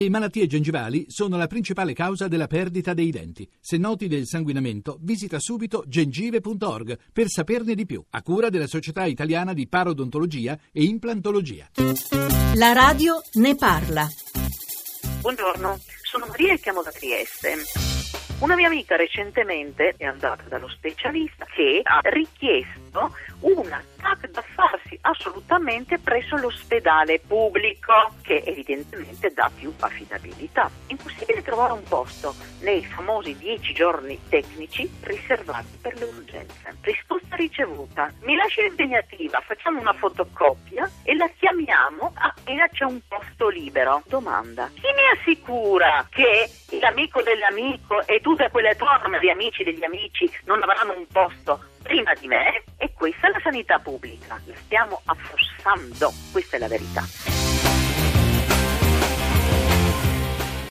Le malattie gengivali sono la principale causa della perdita dei denti. Se noti del sanguinamento, visita subito gengive.org per saperne di più, a cura della Società Italiana di Parodontologia e Implantologia. La radio ne parla. Buongiorno, sono Maria e chiamo da Trieste. Una mia amica recentemente è andata dallo specialista che ha richiesto una TAC da farsi assolutamente presso l'ospedale pubblico, che evidentemente dà più affidabilità. Impossibile trovare un posto nei famosi 10 giorni tecnici riservati per le urgenze. Risposta ricevuta: mi lasci l'impegnativa, facciamo una fotocopia e la chiamiamo appena c'è un posto libero. Domanda: chi mi assicura che l'amico dell'amico e tutte quelle torme di amici degli amici non avranno un posto prima di me? E questa è la sanità pubblica, la stiamo affossando, questa è la verità.